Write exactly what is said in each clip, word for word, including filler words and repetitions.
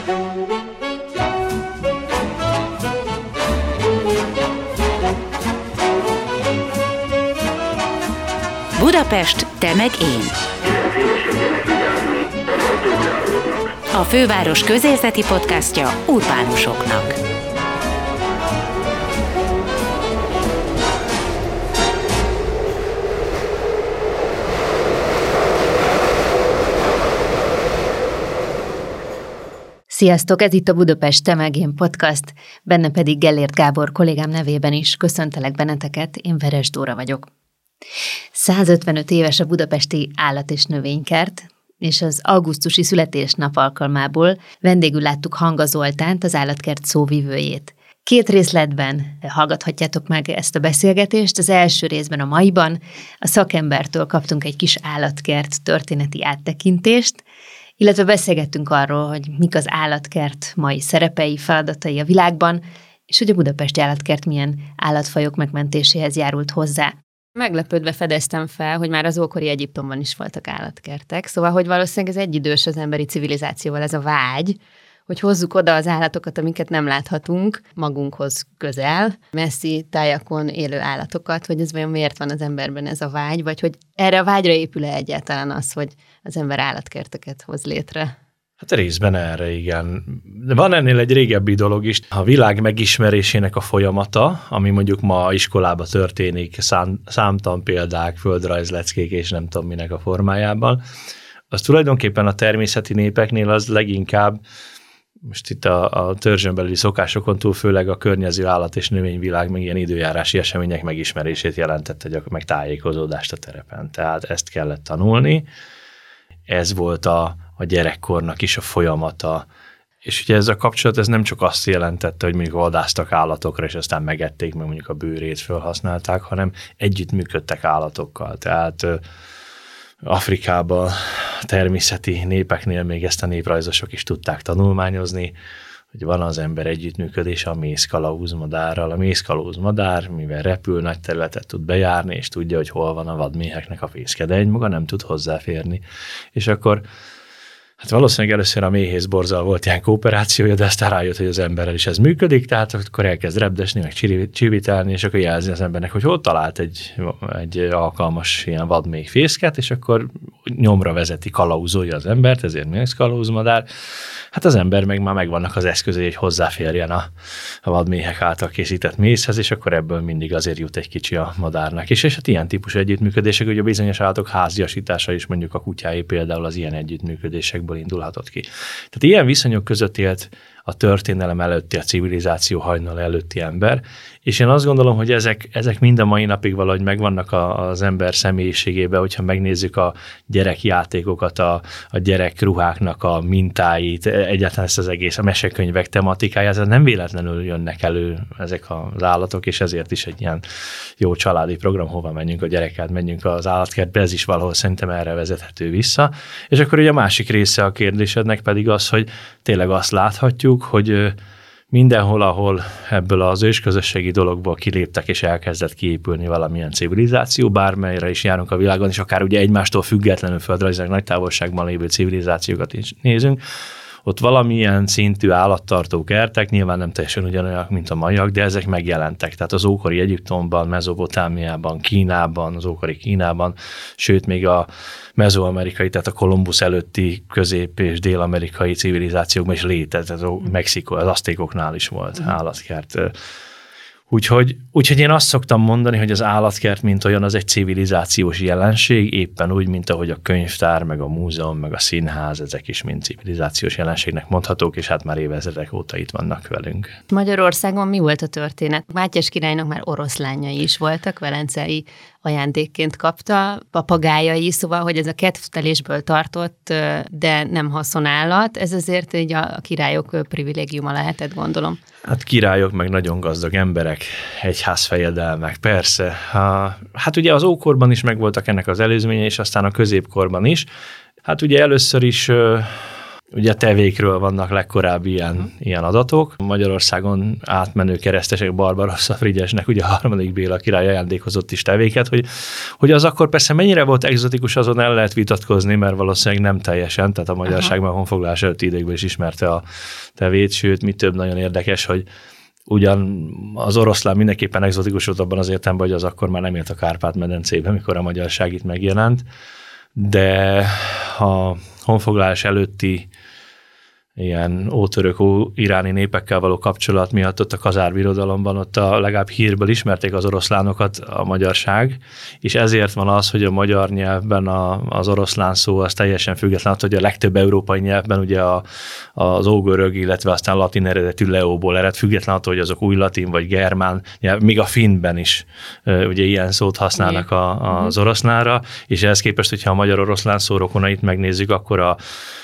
Budapest, te meg én. A főváros közérzeti podcastja urbánusoknak. Sziasztok, ez itt a Budapest, te meg én podcast, benne pedig Gellért Gábor kollégám nevében is köszöntelek benneteket, én Veres Dóra vagyok. százötvenöt éves a budapesti állat- és növénykert, és az augusztusi születésnap alkalmából vendégül láttuk Hanga Zoltánt, az állatkert szóvivőjét. Két részletben hallgathatjátok meg ezt a beszélgetést. Az első részben, a maiban a szakembertől kaptunk egy kis állatkert történeti áttekintést, illetve beszélgettünk arról, hogy mik az állatkert mai szerepei, feladatai a világban, és hogy a budapesti állatkert milyen állatfajok megmentéséhez járult hozzá. Meglepődve fedeztem fel, hogy már az ókori Egyiptomban is voltak állatkertek, szóval, hogy valószínűleg ez egyidős az emberi civilizációval ez a vágy, hogy hozzuk oda az állatokat, amiket nem láthatunk, magunkhoz közel, messzi tájakon élő állatokat, hogy ez vajon miért van az emberben ez a vágy, vagy hogy erre a vágyra épül-e egyáltalán az, hogy az ember állatkerteket hoz létre? Hát részben erre, igen. De van ennél egy régebbi dolog is. A világ megismerésének a folyamata, ami mondjuk ma iskolában történik, szám, számtalan példák, földrajzleckék és nem tudom minek a formájában, az tulajdonképpen a természeti népeknél az leginkább, most itt a, a törzsön belüli szokásokon túl főleg a környező állat- és növényvilág, meg ilyen időjárási események megismerését jelentette, meg tájékozódást a terepen. Tehát ezt kellett tanulni. Ez volt a a gyerekkornak is a folyamata. És ugye ez a kapcsolat, ez nem csak azt jelentette, hogy mondjuk vadásztak állatokra, és aztán megették, meg mondjuk a bőrét felhasználták, hanem együttműködtek állatokkal. Tehát Afrikában természeti népeknél még ezt a néprajzosok is tudták tanulmányozni, hogy van az ember együttműködése a mészkalauzmadárral. A mészkalauzmadár, mivel repül, nagy területet tud bejárni, és tudja, hogy hol van a vadméheknek a fészke, de egymaga nem tud hozzáférni. És akkor hát valószínűleg először a méhészborzal volt ilyen kooperációja, de aztán rájött, hogy az emberrel is ez működik, tehát akkor elkezd repdesni, meg csivitelni, és akkor jelzi az embernek, hogy hol talált egy, egy alkalmas ilyen vadméh fészket, és akkor nyomra vezeti, kalauzolja az embert, ezért mészkalauzmadár. Hát az ember meg már megvannak az eszközei, hogy hozzáférjen a, a vadméhek által készített mézhez, és akkor ebből mindig azért jut egy kicsi a madárnak is. És hát ilyen típusú együttműködések, hogy a bizonyos állatok háziasítása is, mondjuk a kutyái például az ilyen együttműködésekből indulhatott ki. Tehát ilyen viszonyok között élt a történelem előtti, a civilizáció hajnal előtti ember, és én azt gondolom, hogy ezek, ezek mind a mai napig valahogy megvannak a, az ember személyiségében, hogyha megnézzük a gyerekjátékokat, a, a gyerekruháknak a mintáit, egyáltalán ezt az egész, a mesekönyvek tematikáját, ez nem véletlenül jönnek elő ezek az állatok, és ezért is egy ilyen jó családi program, hova menjünk a gyerekkel, menjünk az állatkertbe, ez is valahol szerintem erre vezethető vissza. És akkor ugye a másik része a kérdésednek pedig az, hogy tényleg azt láthatjuk, hogy mindenhol, ahol ebből az ősközösségi dologból kiléptek és elkezdett kiépülni valamilyen civilizáció, bármelyre is járunk a világon, és akár ugye egymástól függetlenül földrajzilag nagy távolságban lévő civilizációkat is nézünk, ott valamilyen szintű állattartó kertek, nyilván nem teljesen ugyanolyak, mint a maiak, de ezek megjelentek. Tehát az ókori Egyiptomban, Mezopotámiában, Kínában, az ókori Kínában, sőt még a mezoamerikai, tehát a Kolumbusz előtti közép- és dél-amerikai civilizációkban is létezett. A Mexikó, az aztékoknál is volt állatkert. Úgyhogy, úgyhogy én azt szoktam mondani, hogy az állatkert, mint olyan, az egy civilizációs jelenség, éppen úgy, mint ahogy a könyvtár, meg a múzeum, meg a színház, ezek is mind civilizációs jelenségnek mondhatók, és hát már évezredek óta itt vannak velünk. Magyarországon mi volt a történet? Mátyás királynak már oroszlányai is voltak, velencei ajándékként kapta, papagájai, szóval, hogy ez a kedvtelésből tartott, de nem haszonállat, ez azért így a királyok privilégiuma lehetett, gondolom. Hát királyok, meg nagyon gazdag emberek, egyházfejedelmek, persze. Hát ugye az ókorban is megvoltak ennek az előzménye, és aztán a középkorban is. Hát ugye először is Ugye tevékről vannak legkorábbi ilyen, uh-huh. ilyen adatok. Magyarországon átmenő keresztesek Barbarossa Frigyesnek ugye a harmadik Béla király ajándékozott is tevéket, hogy, hogy az akkor persze mennyire volt egzotikus, azon el lehet vitatkozni, mert valószínűleg nem teljesen, tehát a magyarság már honfoglalás előtti idékben is ismerte a tevét, sőt, mi több nagyon érdekes, hogy ugyan az oroszlán mindenképpen egzotikus volt abban az értelemben, hogy az akkor már nem élt a Kárpát-medencében, mikor a magyarság itt megjelent, de a honfoglalás előtti ilyen ótörök, ó-iráni népekkel való kapcsolat miatt ott a Kazár birodalomban ott a legalább hírből ismerték az oroszlánokat a magyarság, és ezért van az, hogy a magyar nyelvben a, az oroszlán szó az teljesen független, hogy a legtöbb európai nyelvben ugye a, az ógörög, illetve aztán latin eredetű leóból ered, független attól, hogy azok új latin vagy germán nyelv, még a finnben is ugye ilyen szót használnak a, az oroszlánra, és ehhez képest, hogyha a magyar-oroszlán szó rokonait megnézzük, akkor a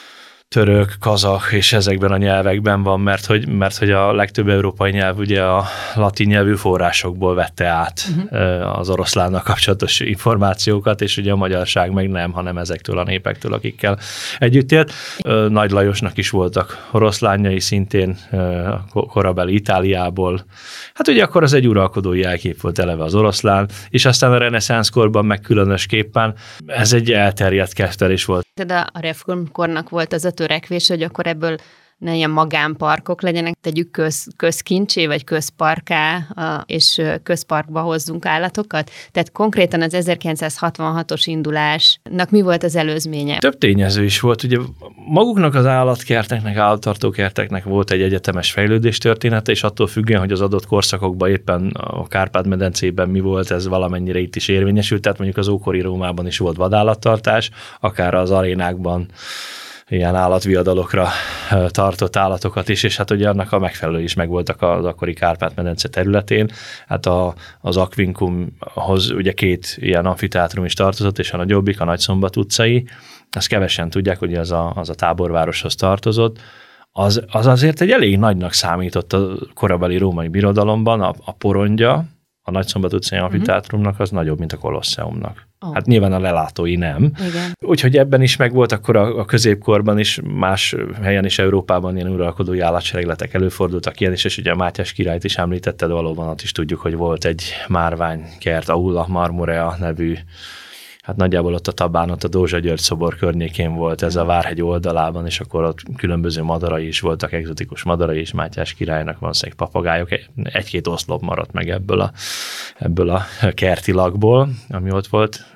török, kazakh és ezekben a nyelvekben van, mert hogy, mert hogy a legtöbb európai nyelv ugye a latin nyelvű forrásokból vette át uh-huh. az oroszlánnal kapcsolatos információkat, és ugye a magyarság meg nem, hanem ezektől a népektől, akikkel együtt élt. Nagy Lajosnak is voltak oroszlánjai, szintén korabeli Itáliából. Hát ugye akkor az egy uralkodói jelkép volt eleve az oroszlán, és aztán a reneszánsz korban meg különösképpen ez egy elterjedt kettelés volt. De a reformkornak volt az a törekvés, hogy akkor ebből ne ilyen magánparkok legyenek, tegyük köz, közkincsé, vagy közparká, és közparkba hozzunk állatokat. Tehát konkrétan az ezerkilencszázhatvanhatos indulásnak mi volt az előzménye? Több tényező is volt. Ugye maguknak az állatkerteknek, állattartókerteknek volt egy egyetemes fejlődés története, és attól függően, hogy az adott korszakokban éppen a Kárpát-medencében mi volt, ez valamennyire itt is érvényesült. Tehát mondjuk az ókori Rómában is volt vadállattartás, akár az arénákban ilyen állatviadalokra tartott állatokat is, és hát ugye annak a megfelelő is megvoltak az akkori Kárpát-medence területén. Hát a, az Aquincumhoz ugye két ilyen amfiteátrum is tartozott, és a nagyobbik, a Nagyszombat utcai, azt kevesen tudják, hogy az a, az a táborvároshoz tartozott. Az, az azért egy elég nagynak számított a korabeli római birodalomban, a, a porondja, a Nagyszombat utcai amfiteátrumnak az nagyobb, mint a Kolosseumnak. Oh. Hát nyilván a lelátói nem. Igen. Úgyhogy ebben is megvolt, akkor a, a középkorban is, más helyen is Európában ilyen uralkodói állatseregletek előfordultak ilyen is, és ugye a Mátyás királyt is említetted, valóban ott is tudjuk, hogy volt egy márványkert, Aulla Marmorea nevű, hát nagyjából ott a Tabán, ott a Dózsa György szobor környékén volt ez a Várhegy oldalában, és akkor ott különböző madarai is voltak, egzotikus madarai is, Mátyás királynak valószínűleg papagájok, egy-két oszlop maradt meg ebből a, ebből a kerti lakból, ami ott volt.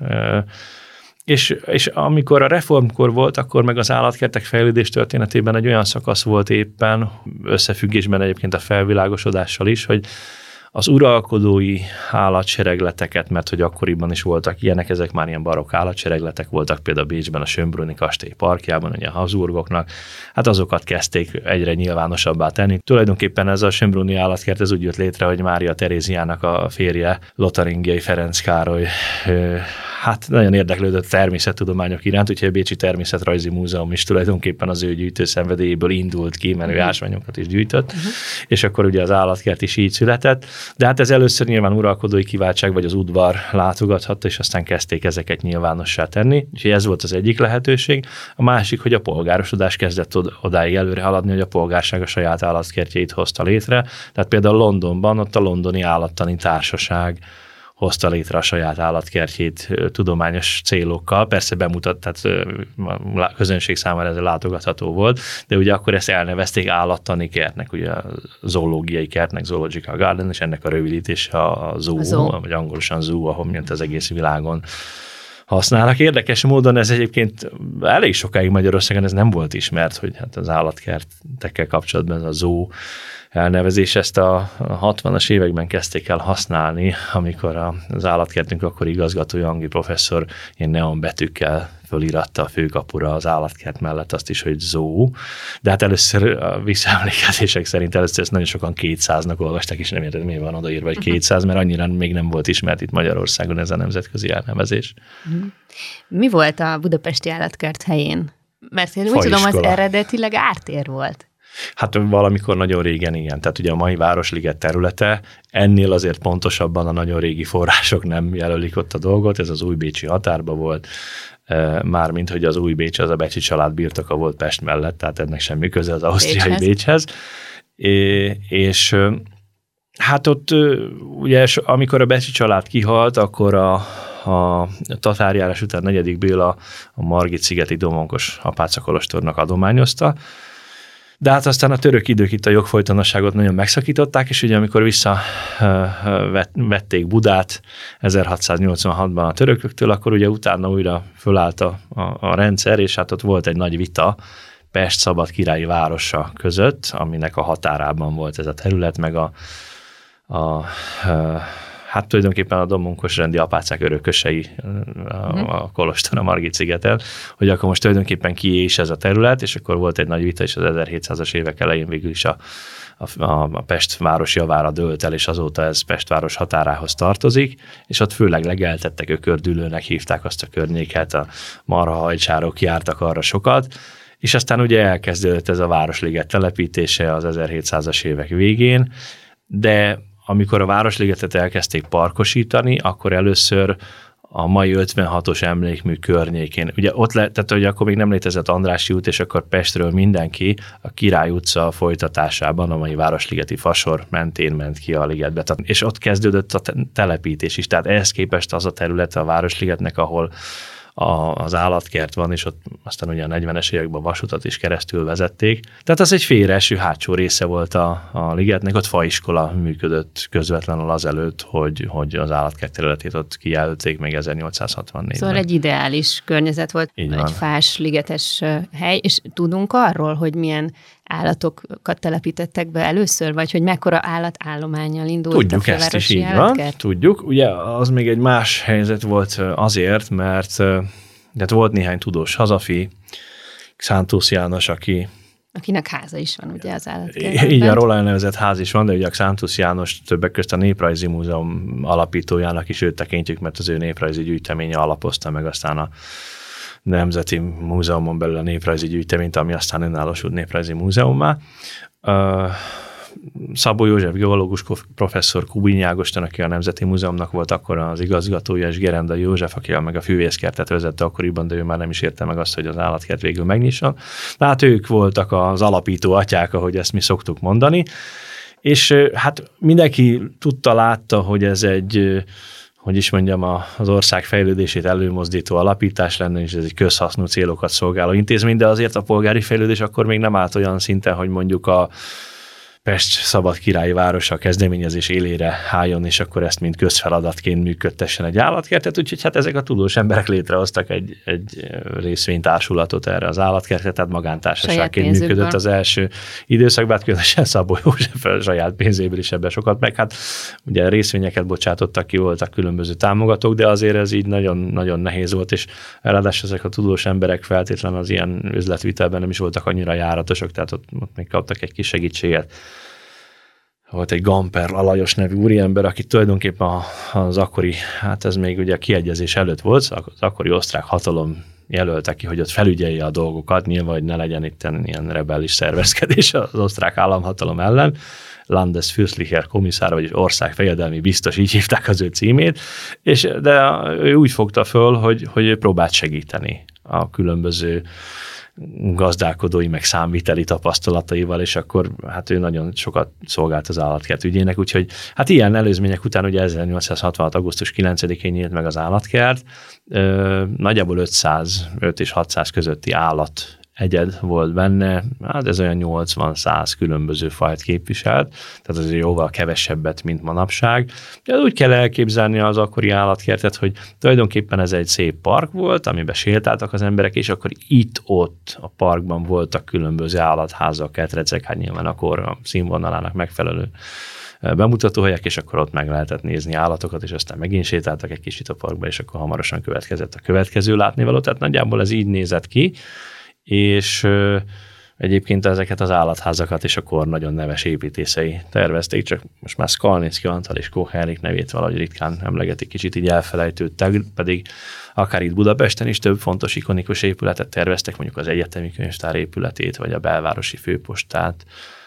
És, és amikor a reformkor volt, akkor meg az állatkertek fejlődés történetében egy olyan szakasz volt éppen, összefüggésben egyébként a felvilágosodással is, hogy az uralkodói állatseregleteket, mert hogy akkoriban is voltak ilyenek, ezek már ilyen barokk állatseregletek voltak, például Bécsben a Schönbrunni kastély parkjában, ugye a Habsburgoknak, hát azokat kezdték egyre nyilvánosabbá tenni. Tulajdonképpen ez a Schönbrunni állatkert, ez úgy jött létre, hogy Mária Teréziának a férje, Lotaringiai Ferenc Károly, hát nagyon érdeklődött természettudományok iránt, úgyhogy a Bécsi Természetrajzi Múzeum is tulajdonképpen az ő gyűjtőszenvedélyéből indult ki, mert ő ásványokat is gyűjtött, uh-huh. és akkor ugye az állatkert is így született. De hát ez először nyilván uralkodói kiváltság, vagy az udvar látogathatta, és aztán kezdték ezeket nyilvánossá tenni. Úgyhogy ez volt az egyik lehetőség. A másik, hogy a polgárosodás kezdett odáig előre haladni, hogy a polgárság a saját állatkertjeit hozta létre. Tehát például Londonban ott a Londoni Állattani Társaság hozta létre a saját állatkertjét tudományos célokkal. Persze bemutat, tehát a közönség számára ez látogatható volt, de ugye akkor ezt elnevezték állattani kertnek, ugye a zoológiai kertnek, Zoological Garden, és ennek a rövidítése a zoo, zoo. vagy angolosan zoo, ahol mint az egész világon használnak. Érdekes módon ez egyébként elég sokáig Magyarországon ez nem volt ismert, hogy hát az állatkertekkel kapcsolatban ez a zoo elnevezés, ezt a hatvanas években kezdték el használni, amikor az állatkertünk akkor igazgatója, Angi professzor ilyen neonbetűkkel fölíratta a főkapura az állatkert mellett azt is, hogy zoo, de hát először a visszaemlékezések szerint először ezt nagyon sokan kétszáznak olvasták, és nem érted, miért van odaírva, hogy kétszáz, mert annyira még nem volt ismert itt Magyarországon ez a nemzetközi elnevezés. Mi volt a budapesti állatkert helyén? Mert én úgy tudom, az eredetileg ártér volt. Hát valamikor nagyon régen igen. Tehát ugye a mai Városliget területe, ennél azért pontosabban a nagyon régi források nem jelölik ott a dolgot, ez az újbécsi határba volt, mármint hogy az Újbécs az a Becsi család birtoka volt Pest mellett, tehát ennek semmi köze az ausztriai Bécshez. Bécshez. É, és hát ott ugye, amikor a Becsi család kihalt, akkor a, a tatárjárás után negyedik Béla a Margit-szigeti Domonkos apácakolostornak adományozta, de hát aztán a török idők itt a jogfolytonosságot nagyon megszakították, és ugye amikor visszavették Budát ezerhatszáznyolcvanhatban a törököktől, akkor ugye utána újra fölállt a, a, a rendszer, és hát ott volt egy nagy vita Pest szabad királyi városa között, aminek a határában volt ez a terület, meg a, a, a hát tulajdonképpen a domonkos rendi apácák örökösei a, a kolostor a Margit-szigeten, hogy akkor most tulajdonképpen kié is ez a terület, és akkor volt egy nagy vita, és az ezerhétszázas évek elején végül is a, a, a Pest város javára dőlt el, és azóta ez Pest város határához tartozik, és ott főleg legeltettek, ökördülőnek hívták azt a környéket, a marhahajcsárok jártak arra sokat, és aztán ugye elkezdődött ez a Városliget telepítése az ezerhétszázas évek végén, de amikor a Városligetet elkezdték parkosítani, akkor először a mai ötvenhatos emlékmű környékén. Ugye ott le, tehát hogy akkor még nem létezett Andrássy út, és akkor Pestről mindenki a Király utca folytatásában, a mai Városligeti fasor mentén ment ki a ligetbe. Tehát, és ott kezdődött a telepítés is. Tehát ehhez képest az a terület a Városligetnek, ahol a, az állatkert van, és ott aztán ugye a negyvenes években vasutat is keresztül vezették. Tehát az egy félreeső hátsó része volt a, a ligetnek, ott faiskola működött közvetlenül azelőtt, hogy, hogy az állatkert területét ott kijelölték még ezernyolcszázhatvannégyben. Szóval egy ideális környezet volt, így egy van. Fás, ligetes hely, és tudunk arról, hogy milyen állatokat telepítettek be először, vagy hogy mekkora állatállománnyal indult Tudjuk, a fővárosi ezt is így állatkert? van, tudjuk. Ugye az még egy más helyzet volt azért, mert tehát volt néhány tudós hazafi, Xántus János, aki akinek háza is van, ugye, az állatkertben. Így a róla elnevezett ház is van, de ugye a Xántus János többek közt a Néprajzi Múzeum alapítójának is őt tekintjük, mert az ő néprajzi gyűjteménye alapozta meg aztán a Nemzeti Múzeumon belül a néprajzi gyűjteményt, ami aztán önállósult néprajzi múzeummá. Szabó József geológus professzor, Kubinyi Ágoston, aki a Nemzeti Múzeumnak volt akkor az igazgatója, és Gerendai József, aki meg a füvészkertet vezette akkoriban, de ő már nem is érte meg azt, hogy az állatkert végül megnyisson. Tehát ők voltak az alapító atyák, ahogy ezt mi szoktuk mondani, és hát mindenki tudta, látta, hogy ez egy, hogy is mondjam, az ország fejlődését előmozdító alapítás lenne, és ez egy közhasznú célokat szolgáló intézmény, de azért a polgári fejlődés akkor még nem állt olyan szinten, hogy mondjuk a Pest szabad királyi városa kezdeményezés élére álljon, és akkor ezt mind közfeladatként működtessen egy állatkertet, úgyhogy hát ezek a tudós emberek létrehoztak egy, egy részvénytársulatot erre az állatkertet, tehát magántársaságként működött az első időszakban, hát különösen Szabó József a saját pénzéből is ebben sokat meg, hát ugye részvényeket bocsátottak ki, voltak különböző támogatók, de azért ez így nagyon, nagyon nehéz volt, és ráadásul ezek a tudós emberek feltétlenül az ilyen üzletvitelben nem is voltak annyira járatosak, tehát ott, ott még kaptak egy kis segítséget. Volt egy Gamper Alajos nevű úriember, aki tulajdonképpen az akkori, hát ez még ugye a kiegyezés előtt volt, az akkori osztrák hatalom jelölte ki, hogy ott felügyelje a dolgokat, nyilván, hogy ne legyen itt ilyen rebellis szervezkedés az osztrák államhatalom ellen. Landesfürstlicher Kommissár, vagyis országfejedelmi biztos, így hívták az ő címét, és, de ő úgy fogta föl, hogy, hogy ő próbált segíteni a különböző gazdálkodói, meg számviteli tapasztalataival, és akkor hát ő nagyon sokat szolgált az állatkert ügyének, úgyhogy hát ilyen előzmények után ugye ezernyolcszázhatvanhat. augusztus kilencedikén nyílt meg az állatkert, ö, nagyjából ötszázöt és hatszáz közötti állat egyed volt benne, hát ez olyan nyolcvan-száz különböző fajt képviselt, tehát azért jóval kevesebbet, mint manapság. De úgy kell elképzelni az akkori állatkertet, hogy tulajdonképpen ez egy szép park volt, amiben sétáltak az emberek, és akkor itt-ott a parkban voltak különböző állatházak, ketrecek, hát nyilván akkor a színvonalának megfelelő bemutatóhelyek, és akkor ott meg lehetett nézni állatokat, és aztán megint sétáltak egy kicsit a parkba, és akkor hamarosan következett a következő látnivaló. Tehát nagyjából ez így nézett ki, és Egyébként ezeket az állatházakat is a kor nagyon neves építészei tervezték, csak most már Skalnicki Antal és Koch Henrik nevét valahogy ritkán emlegetik, kicsit így elfelejtődtek, pedig akár itt Budapesten is több fontos, ikonikus épületet terveztek, mondjuk az Egyetemi Könyvtár épületét, vagy a belvárosi főpostát,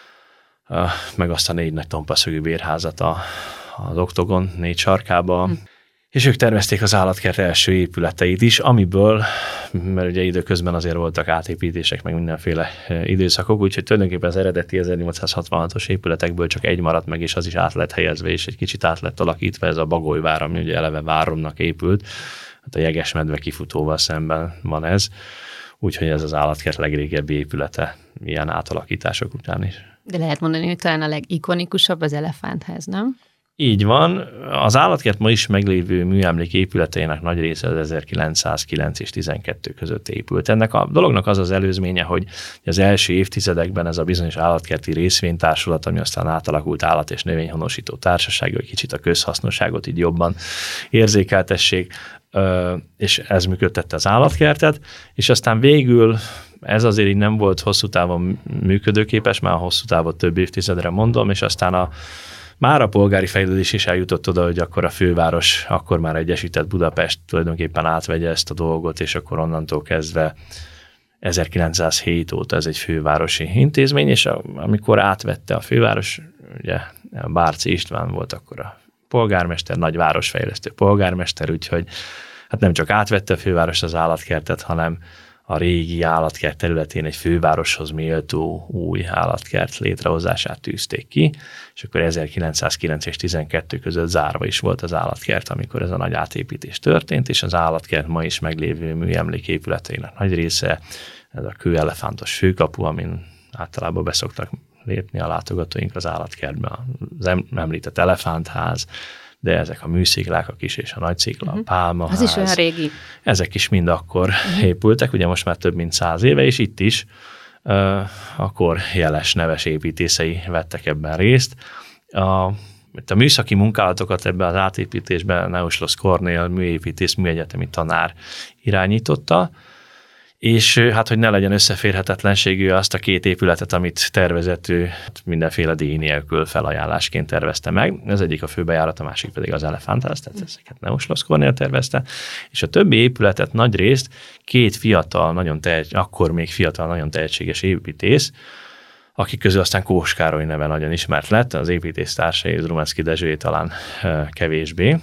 meg azt a négy nagy tompaszögű bérházat az Oktogon négy sarkába, hm. és ők tervezték az állatkert első épületeit is, amiből, mert ugye időközben azért voltak átépítések, meg mindenféle időszakok, úgyhogy tulajdonképpen az eredeti ezernyolcszázhatvanhatos épületekből csak egy maradt meg, és az is át lett helyezve, és egy kicsit át lett alakítva, ez a Bagolyvár, ami ugye eleve váromnak épült, hát a Jegesmedve kifutóval szemben van ez, úgyhogy ez az állatkert legrégebbi épülete ilyen átalakítások után is. De lehet mondani, hogy talán a legikonikusabb az Elefántház, nem? Így van. Az állatkert ma is meglévő műemlék épületeinek nagy része az ezerkilencszázkilenc és tizenkettő között épült. Ennek a dolognak az az előzménye, hogy az első évtizedekben ez a bizonyos állatkerti részvénytársulat, ami aztán átalakult állat- és növényhonosító társaság, hogy kicsit a közhasznosságot így jobban érzékeltessék, és ez működtette az állatkertet, és aztán végül ez azért így nem volt hosszú távon működőképes, már hosszú távon több évtizedre mondom, és aztán a már a polgári fejlődés is eljutott oda, hogy akkor a főváros, akkor már egyesített Budapest tulajdonképpen átvegye ezt a dolgot, és akkor onnantól kezdve ezerkilencszázhét óta ez egy fővárosi intézmény, és amikor átvette a főváros, ugye Bárci István volt akkor a polgármester, nagy városfejlesztő polgármester, úgyhogy hát nem csak átvette a főváros az állatkertet, hanem a régi állatkert területén egy fővároshoz méltó új állatkert létrehozását tűzték ki, és akkor ezerkilencszázkilenc és tizenkettő között zárva is volt az állatkert, amikor ez a nagy átépítés történt, és az állatkert ma is meglévő műemléképületeinek nagy része, ez a kőelefántos főkapu, amin általában beszoktak lépni a látogatóink az állatkertbe, az említett elefántház, de ezek a műsziklák, a kis és a nagy szikla, uh-huh. a pálmaház. Az is olyan régi. Ezek is mind akkor uh-huh. épültek, ugye most már több mint száz éve, és itt is uh, akkor jeles neves építészei vettek ebben részt. A, a műszaki munkálatokat ebben az átépítésben Neuschloss Kornél műépítész, műegyetemi tanár irányította, és hát, hogy ne legyen összeférhetetlenségű, azt a két épületet, amit tervezett, ő mindenféle díj nélkül felajánlásként tervezte meg. Ez egyik a főbejárat, a másik pedig az Elefántház, tehát ezeket Neuschloss Kornél tervezte, és a többi épületet nagy részt két fiatal, nagyon tehetség, akkor még fiatal, nagyon tehetséges építész, akik közül aztán Kós Károly neve nagyon ismert lett, az építész társai, Zrumanszky Dezsőjé talán kevésbé,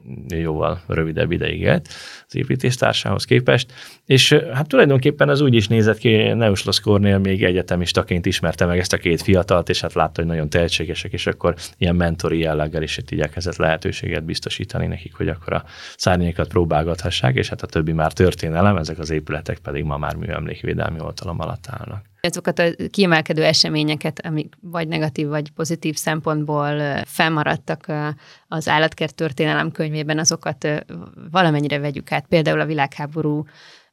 jóval rövidebb ideig élt az építésztársához képest, és hát tulajdonképpen ez úgy is nézett ki, Neuschloss Kornél még egyetemistaként ismerte meg ezt a két fiatalt, és hát látta, hogy nagyon tehetségesek, és akkor ilyen mentori jelleggel is igyekezett lehetőséget biztosítani nekik, hogy akkor a szárnyékat próbálgathassák, és hát a többi már történelem, ezek az épületek pedig ma már műemlékvédelmi oltalom alatt állnak. Azokat a kiemelkedő eseményeket, amik vagy negatív, vagy pozitív szempontból fennmaradtak az állatkert történelem könyvében, azokat valamennyire vegyük át. Például a világháború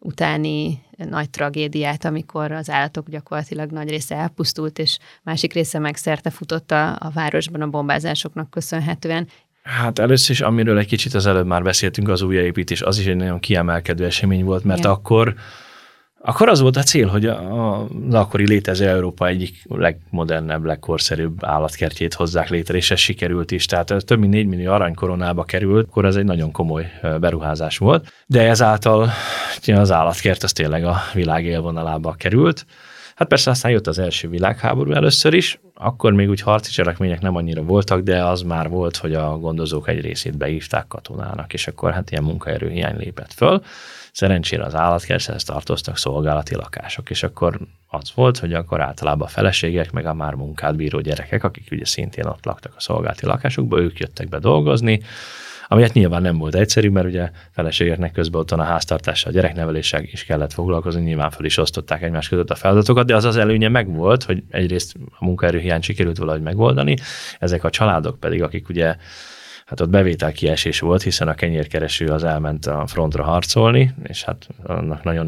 utáni nagy tragédiát, amikor az állatok gyakorlatilag nagy része elpusztult, és másik része meg szerte futott a, a városban a bombázásoknak köszönhetően. Hát először is, amiről egy kicsit az előbb már beszéltünk, az újjáépítés, az is egy nagyon kiemelkedő esemény volt, mert Igen. akkor Akkor az volt a cél, hogy az akkori létező Európa egyik legmodernebb, legkorszerűbb állatkertjét hozzák létre, és ez sikerült is. Tehát több mint négy millió aranykoronába került, akkor ez egy nagyon komoly beruházás volt. De ezáltal az állatkert az tényleg a világ élvonalába került. Hát persze aztán jött az első világháború először is, akkor még úgy harci cselekmények nem annyira voltak, de az már volt, hogy a gondozók egy részét beívták katonának, és akkor hát ilyen munkaerőhiány lépett föl. Szerencsére az állatkerthez tartoztak szolgálati lakások, és akkor az volt, hogy akkor általában a feleségek, meg a már munkát bíró gyerekek, akik ugye szintén ott laktak a szolgálati lakásokba, ők jöttek be dolgozni, ami hát nyilván nem volt egyszerű, mert ugye feleségeknek közben otthon a háztartással, a gyerekneveléssel is kellett foglalkozni, nyilván föl is osztották egymás között a feladatokat, de az az előnye megvolt, hogy egyrészt a munkaerőhiányt sikerült valahogy megoldani, ezek a családok pedig, akik ugye hát ott bevételkiesés volt, hiszen a kenyérkereső az elment a frontra harcolni, és hát annak nagyon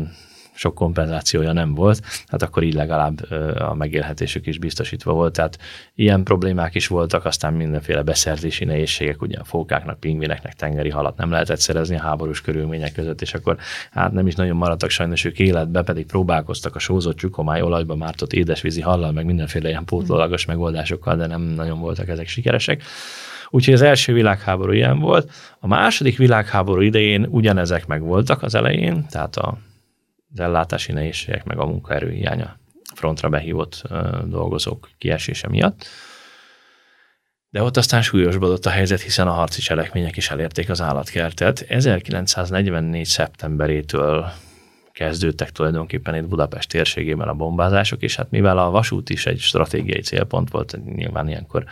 sok kompenzációja nem volt, hát akkor így legalább a megélhetésük is biztosítva volt. Tehát ilyen problémák is voltak, aztán mindenféle beszerzési nehézségek, ugye a fókáknak, pingvineknek tengeri halat nem lehetett szerezni a háborús körülmények között, és akkor hát nem is nagyon maradtak sajnos ők életbe, pedig próbálkoztak a sózott csukomáj olajba mártott édesvízi hallal, meg mindenféle ilyen pótlólagos megoldásokkal, de nem nagyon voltak ezek sikeresek. Úgyhogy az első világháború ilyen volt. A második világháború idején ugyanezek megvoltak az elején, tehát a az ellátási nehézségek, meg a munkaerő hiánya, frontra behívott uh, dolgozók kiesése miatt. De ott aztán súlyosbodott a helyzet, hiszen a harci cselekmények is elérték az állatkertet. ezerkilencszáznegyvennégy szeptemberétől kezdődtek tulajdonképpen itt Budapest térségében a bombázások, és hát mivel a vasút is egy stratégiai célpont volt, nyilván ilyenkor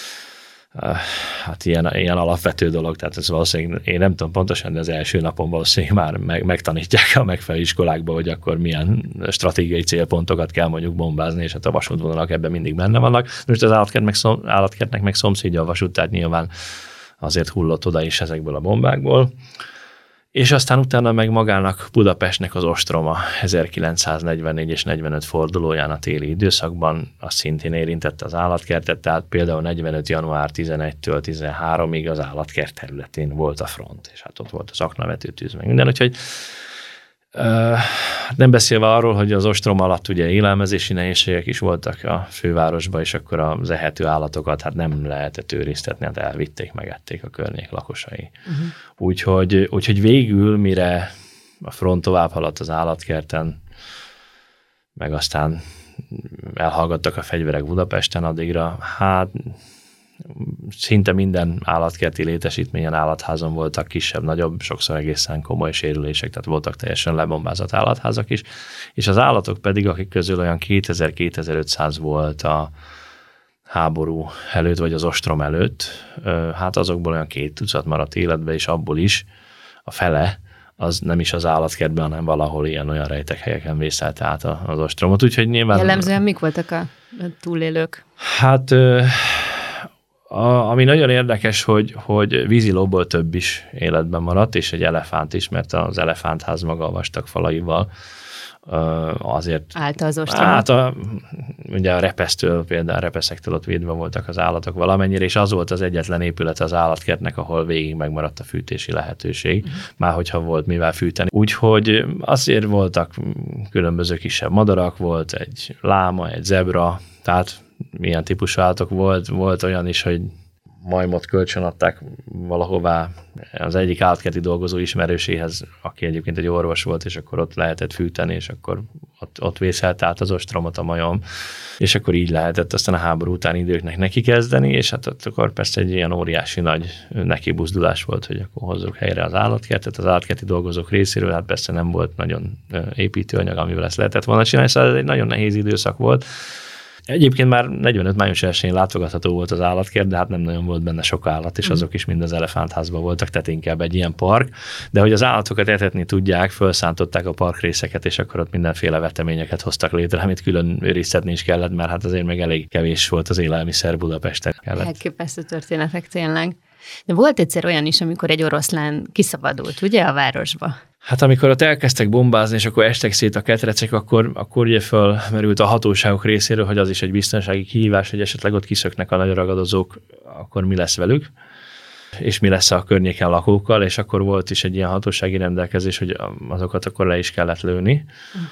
hát ilyen, ilyen alapvető dolog, tehát ez valószínűleg, én nem tudom pontosan, de az első napon valószínűleg már meg, megtanítják a megfelelő iskolákba, hogy akkor milyen stratégiai célpontokat kell mondjuk bombázni, és hát a vasútvonalak ebben mindig benne vannak. Most az állatkert meg szom, állatkertnek meg szomszédja a vasút, tehát nyilván azért hullott oda is ezekből a bombákból. És aztán utána meg magának Budapestnek az ostroma ezerkilencszáznegyvennégy és negyvenöt fordulóján a téli időszakban, az szintén érintette az állatkertet, tehát például negyvenöt január tizenegytől tizenháromig az állatkert területén volt a front, és hát ott volt az aknavetőtűz, meg minden, úgyhogy uh, nem beszélve arról, hogy az ostrom alatt ugye élelmezési nehézségek is voltak a fővárosban, és akkor az ehető állatokat hát nem lehetett őriztetni, hát elvitték, megették a környék lakosai. Uh-huh. Úgyhogy, úgyhogy végül, mire a front tovább haladt az állatkerten, meg aztán elhallgattak a fegyverek Budapesten, addigra hát szinte minden állatkerti létesítményen, állatházon voltak kisebb-nagyobb, sokszor egészen komoly sérülések, tehát voltak teljesen lebombázott állatházak is, és az állatok pedig, akik közül olyan kétezer-kétezer-ötszáz volt a háború előtt, vagy az ostrom előtt, hát azokból olyan két tucat maradt életbe, és abból is a fele az nem is az állatkertben, hanem valahol ilyen-olyan rejtek helyeken vészelte át az ostromot. Úgyhogy nyilván... Jellemzően mik voltak a túlélők? Hát... A, ami nagyon érdekes, hogy, hogy vízilóból több is életben maradt, és egy elefánt is, mert az elefántház maga a vastag falaival azért... Állta az ostromot. Hát a, ugye a repesztől, például a repeszektől ott védve voltak az állatok valamennyire, és az volt az egyetlen épület az állatkertnek, ahol végig megmaradt a fűtési lehetőség, uh-huh. már hogyha volt mivel fűteni. Úgyhogy azért voltak különböző kisebb madarak, volt egy láma, egy zebra, tehát milyen típusú állatok volt, volt olyan is, hogy majmot kölcsönadták valahová az egyik állatkerti dolgozó ismerőséhez, aki egyébként egy orvos volt, és akkor ott lehetett fűteni, és akkor ott, ott vészelt át az ostromot a majom, és akkor így lehetett aztán a háború utáni időknek neki kezdeni, és hát ott akkor persze egy ilyen óriási nagy nekibuzdulás volt, hogy akkor hozzuk helyre az állatkertet, az állatkerti dolgozók részéről, hát persze nem volt nagyon építőanyag, amivel ezt lehetett volna csinálni, szóval ez egy nagyon nehéz időszak volt. Egyébként már negyvenöt május elsején látogatható volt az állatkert, de hát nem nagyon volt benne sok állat, és azok is mind az elefántházban voltak, tehát inkább egy ilyen park. De hogy az állatokat etetni tudják, felszántották a parkrészeket, és akkor ott mindenféle veteményeket hoztak létre, amit külön őriztetni is kellett, mert hát azért meg elég kevés volt az élelmiszer Budapesten. Elképesztő történetek tényleg. De volt egyszer olyan is, amikor egy oroszlán kiszabadult, ugye, a városba? Hát amikor ott elkezdtek bombázni, és akkor estek szét a ketrecek, akkor, akkor ugye fölmerült a hatóságok részéről, hogy az is egy biztonsági kihívás, hogy esetleg ott kiszöknek a nagy ragadozók, akkor mi lesz velük, és mi lesz a környéken lakókkal, és akkor volt is egy ilyen hatósági rendelkezés, hogy azokat akkor le is kellett lőni.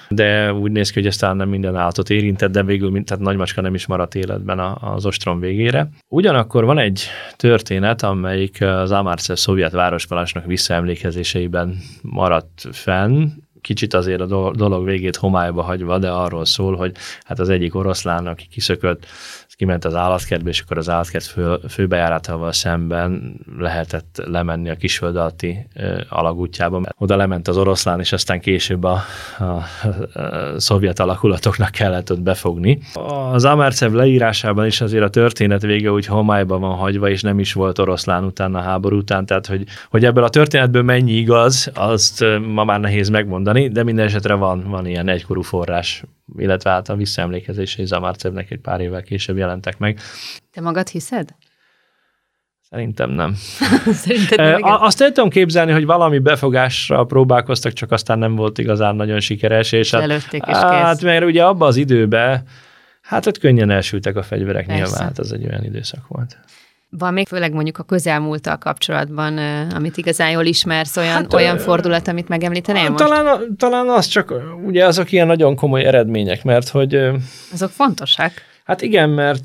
De úgy néz ki, hogy aztán nem minden állatot érintett, de végül tehát nagymacska nem is maradt életben az ostrom végére. Ugyanakkor van egy történet, amelyik az Amartsev szovjet városparancsnok visszaemlékezéseiben maradt fenn, kicsit azért a dolog végét homályba hagyva, de arról szól, hogy hát az egyik oroszlán, aki kiszökött, kiment az állatkertbe, és akkor az állatkert fő, főbejáratával szemben lehetett lemenni a Kisföld alatti ö, alagútjába. Oda lement az oroszlán, és aztán később a, a, a, a szovjet alakulatoknak kellett ott befogni. Az Amartsev leírásában is azért a történet vége úgy homályba van hagyva, és nem is volt oroszlán utána a háború után, tehát hogy, hogy ebből a történetből mennyi igaz, azt ma már nehéz megmondani, de minden esetre van, van ilyen egykorú forrás, illetve hát a visszaemlékezései az Amartsevnek egy pár évvel később jelentek meg. Te magad hiszed? Szerintem nem. Szerintem nem Azt el tudom képzelni, hogy valami befogásra próbálkoztak, csak aztán nem volt igazán nagyon sikeres. És hát, lelőtték és hát kész. mert ugye abban az időben, hát ott könnyen elsültek a fegyverek, Persze. nyilván, hát az egy olyan időszak volt. Van még főleg mondjuk a közelmúlttal kapcsolatban, amit igazán jól ismersz, olyan, Hát, olyan fordulat, amit megemlítenél most? Talán, talán az csak, ugye azok ilyen nagyon komoly eredmények, mert hogy... Azok fontosak. Hát igen, mert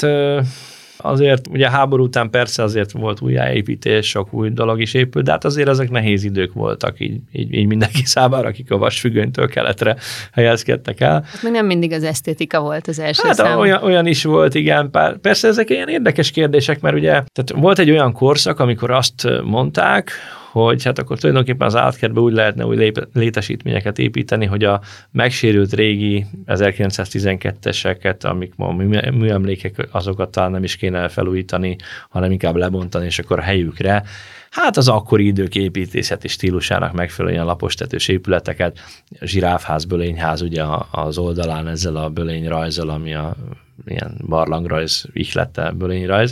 azért ugye háború után persze azért volt újjáépítés, sok új dolog is épült, de hát azért ezek nehéz idők voltak így, így, így mindenki számára, akik a vasfüggönytől keletre helyezkedtek el. Hát még nem mindig az esztétika volt az első Hát szám. olyan, olyan is volt, igen. Pár, persze ezek ilyen érdekes kérdések, mert ugye tehát volt egy olyan korszak, amikor azt mondták, hogy hát akkor tulajdonképpen az állatkertben úgy lehetne új lép- létesítményeket építeni, hogy a megsérült régi ezerkilencszáztizenketteseket, amik ma mű- műemlékek, azokat talán nem is kéne felújítani, hanem inkább lebontani, és akkor a helyükre, hát az akkori idők építészeti stílusának megfelelően lapostetős épületeket, zsiráfház, bölényház ugye az oldalán ezzel a bölényrajzzal, ami a ilyen barlangrajz, ihlette bölényrajz.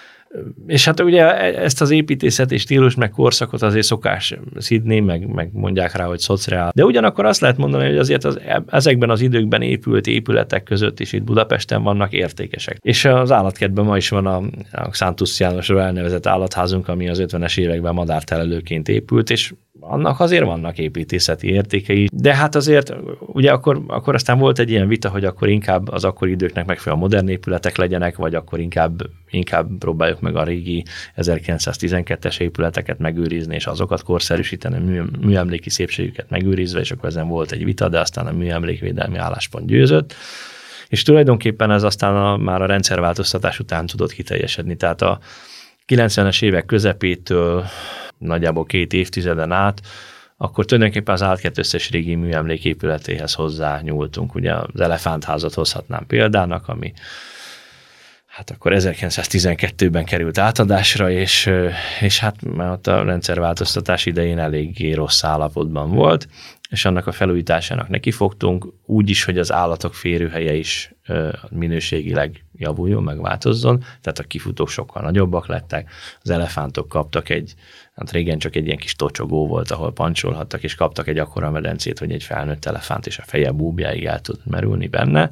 És hát ugye ezt az építészeti stílus, meg korszakot azért szokás szidni, meg, meg mondják rá, hogy szociál. De ugyanakkor azt lehet mondani, hogy azért az, ezekben az időkben épült épületek között is itt Budapesten vannak értékesek. És az állatkertben ma is van a, a Xantus Jánosról elnevezett állatházunk, ami az ötvenes években madártelelőként épült, és annak azért vannak építészeti értékei, de hát azért ugye akkor, akkor aztán volt egy ilyen vita, hogy akkor inkább az akkori időknek megfelelően modern épületek legyenek, vagy akkor inkább, inkább próbáljuk meg a régi ezerkilencszáztizenkettes épületeket megőrizni, és azokat korszerűsíteni, mű, műemléki szépségüket megőrizve, és akkor ezen volt egy vita, de aztán a műemlékvédelmi álláspont győzött. És tulajdonképpen ez aztán a, már a rendszerváltoztatás után tudott kiteljesedni. Tehát a kilencvenes évek közepétől nagyjából két évtizeden át, akkor tulajdonképpen az állatkert összes régi műemléképületéhez hozzá nyúltunk. Ugye az Elefántházat hozhatnám példának, ami hát akkor ezerkilencszáztizenkettőben került átadásra, és, és hát már ott a rendszerváltoztatás idején eléggé rossz állapotban volt, és annak a felújításának nekifogtunk, úgy is, hogy az állatok férőhelye is minőségileg javuljon, megváltozzon, tehát a kifutók sokkal nagyobbak lettek, az elefántok kaptak egy, hát régen csak egy ilyen kis tocsogó volt, ahol pancsolhattak, és kaptak egy akkora medencét, hogy egy felnőtt elefánt és a feje búbjáig el tud merülni benne.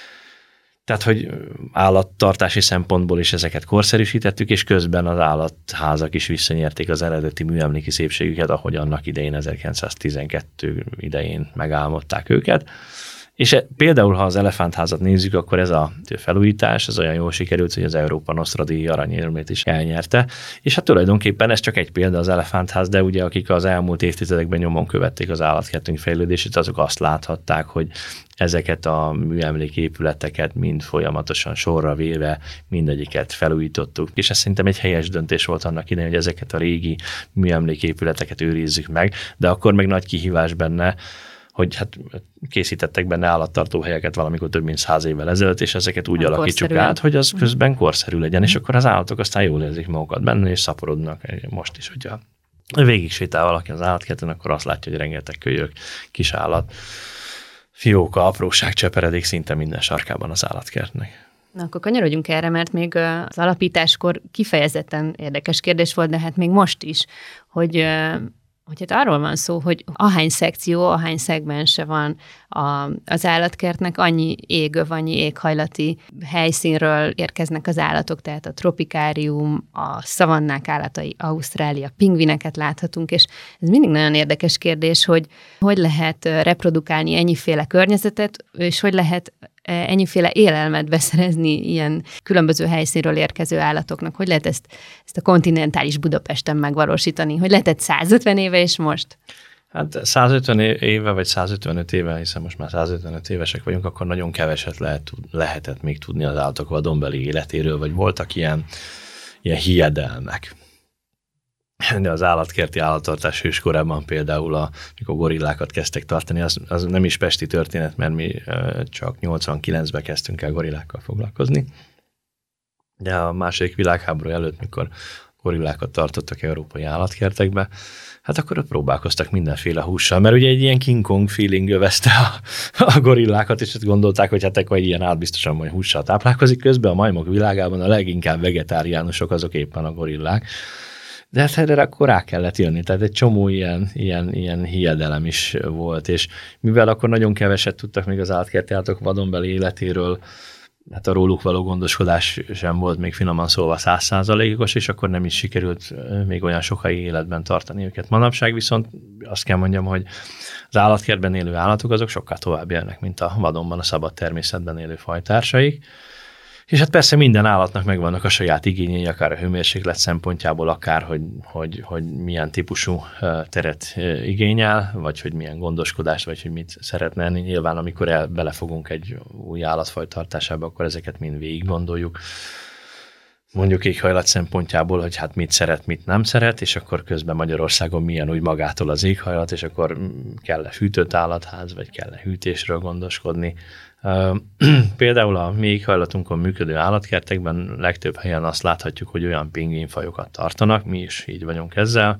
Tehát, hogy állattartási szempontból is ezeket korszerűsítettük, és közben az állatházak is visszanyerték az eredeti műemléki szépségüket, ahogy annak idején ezerkilencszáztizenkettő idején megálmodták őket. És például, ha az Elefántházat nézzük, akkor ez a felújítás az olyan jól sikerült, hogy az Európa Nostra díj aranyérmét is elnyerte. És hát tulajdonképpen ez csak egy példa az Elefántház, de ugye akik az elmúlt évtizedekben nyomon követték az állatkertünk fejlődését, azok azt láthatták, hogy ezeket a műemléképületeket mind folyamatosan sorra véve mindegyiket felújítottuk. És ez szerintem egy helyes döntés volt annak idején, hogy ezeket a régi műemléképületeket őrizzük meg, de akkor meg nagy kihívás benne, hogy hát készítettek benne állattartóhelyeket valamikor több mint száz évvel ezelőtt, és ezeket úgy hát alakítsuk korszerűen. át, hogy az közben korszerű legyen, és akkor az állatok aztán jól érzik magukat benne, és szaporodnak most is, hogyha végig sétál valaki az állatkerten, akkor azt látja, hogy rengeteg kölyök, kis állat, fióka, apróság cseperedik szinte minden sarkában az állatkertnek. Na, akkor kanyarodjunk erre, mert még az alapításkor kifejezetten érdekes kérdés volt, de hát még most is, hogy hogy hát arról van szó, hogy ahány szekció, ahány szegmense van a, az állatkertnek, annyi égöv, annyi éghajlati helyszínről érkeznek az állatok, tehát a tropikárium, a szavannák állatai, Ausztrália, pingvineket láthatunk, és ez mindig nagyon érdekes kérdés, hogy hogy lehet reprodukálni ennyiféle környezetet, és hogy lehet ennyiféle élelmet beszerezni ilyen különböző helyszínről érkező állatoknak. Hogy lehet ezt, ezt a kontinentális Budapesten megvalósítani? Hogy lehetett százötven éve és most? Hát százötven éve, vagy százötvenöt éve, hiszen most már százötvenöt évesek vagyunk, akkor nagyon keveset lehet, lehetett még tudni az állatok vadonbeli életéről, vagy voltak ilyen, ilyen hiedelmek. De az állatkerti állattartás hőskorában például, a, mikor gorillákat kezdtek tartani, az, az nem is pesti történet, mert mi csak nyolcvankilencben kezdtünk el gorillákkal foglalkozni. De a második világháború előtt, mikor gorillákat tartottak európai állatkertekbe, hát akkor ott próbálkoztak mindenféle hússal, mert ugye egy ilyen King Kong feeling övezte a, a gorillákat, és azt gondolták, hogy hát akkor egy ilyen állat biztosan majd hússal táplálkozik, közben a majmok világában a leginkább vegetáriánusok azok éppen a gorillák. De hát erre akkor rá kellett jönni, tehát egy csomó ilyen, ilyen, ilyen hiedelem is volt, és mivel akkor nagyon keveset tudtak még az állatkerti állatok vadonbeli életéről, hát a róluk való gondoskodás sem volt még finoman szólva száz százalékos, és akkor nem is sikerült még olyan sokáig életben tartani őket. Manapság viszont azt kell mondjam, hogy az állatkertben élő állatok azok sokkal tovább élnek, mint a vadonban, a szabad természetben élő fajtársaik. És hát persze minden állatnak megvannak a saját igényei, akár a hőmérséklet szempontjából, akár hogy, hogy, hogy milyen típusú teret igényel, vagy hogy milyen gondoskodást, vagy hogy mit szeretne enni. Nyilván, amikor el, belefogunk egy új állatfaj tartásába, akkor ezeket mind végig gondoljuk. Mondjuk éghajlat szempontjából, hogy hát mit szeret, mit nem szeret, és akkor közben Magyarországon milyen úgy magától az éghajlat, és akkor kell-e fűtött állatház, vagy kell-e hűtésről gondoskodni. Például a mi éghajlatunkon működő állatkertekben legtöbb helyen azt láthatjuk, hogy olyan pingvinfajokat tartanak, mi is így vagyunk ezzel,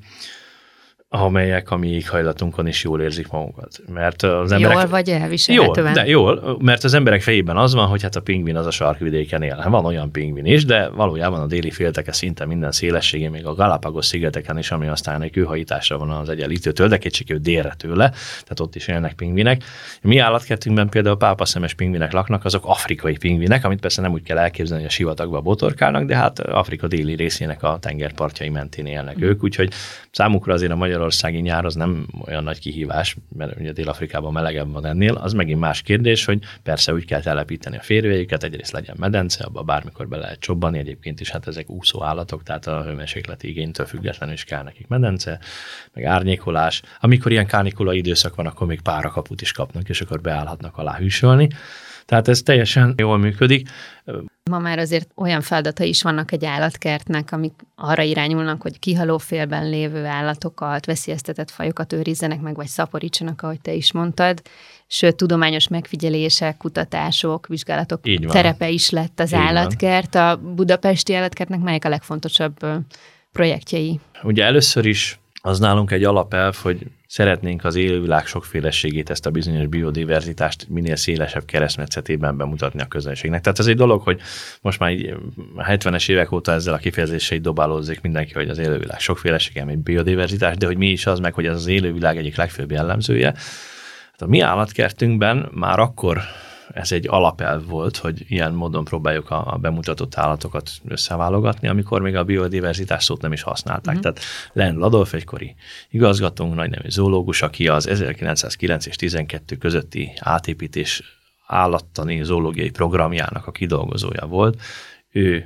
amelyek a mi éghajlatunkon is jól érzik magukat. Mert az emberek... Jól vagy elviselhetően? Jól, de jól, mert az emberek fejében az van, hogy hát a pingvin az a sarkvidéken él. Van olyan pingvin is, de valójában a déli félteke szinte minden szélességén, még a Galápagos szigeteken is, ami aztán egy kőhajításra van az Egyenlítőtől, de kétségkívül délre tőle, tehát ott is élnek pingvinek. Mi állatkertünkben például pápaszemes pingvinek laknak, azok afrikai pingvinek, amit persze nem úgy kell elképzelni, hogy a sivatagba botorkálnak, de hát Afrika déli részének a tengerpartjai mentén élnek mm. ők, úgyhogy számukra azért a magyarországi nyár az nem olyan nagy kihívás, mert ugye Dél-Afrikában melegebb van ennél, az megint más kérdés, hogy persze úgy kell telepíteni a férőjeiket, egyrészt legyen medence, abba bármikor be lehet csobbani, egyébként is hát ezek úszó állatok, tehát a hőmérsékleti igénytől függetlenül is kell nekik medence, meg árnyékolás. Amikor ilyen kánikula időszak van, akkor még párakaput is kapnak, és akkor beállhatnak alá hűsölni. Tehát ez teljesen jól működik. Ma már azért olyan feladatai is vannak egy állatkertnek, amik arra irányulnak, hogy kihalófélben lévő állatokat, veszélyeztetett fajokat őrizzenek meg, vagy szaporítsanak, ahogy te is mondtad. Sőt, tudományos megfigyelések, kutatások, vizsgálatok terepe is lett az Így állatkert. Van. A budapesti állatkertnek melyek a legfontosabb projektjei? Ugye először is az nálunk egy alapelv, hogy szeretnénk az élővilág sokféleségét, ezt a bizonyos biodiverzitást minél szélesebb keresztmetszetében bemutatni a közönségnek. Tehát ez egy dolog, hogy most már a hetvenes évek óta ezzel a kifejezéssel így dobálózik mindenki, hogy az élővilág sokfélesége, egy biodiverzitás, de hogy mi is az meg, hogy ez az élővilág egyik legfőbb jellemzője. Hát a mi állatkertünkben már akkor ez egy alapelv volt, hogy ilyen módon próbáljuk a bemutatott állatokat összeválogatni, amikor még a biodiverzitás szót nem is használták. Mm-hmm. Tehát Lendl Adolf egykori igazgatónk, nagynevű zoológus, aki az ezerkilencszázkilenc és tizenkettő közötti átépítés állattani zoológiai programjának a kidolgozója volt. Ő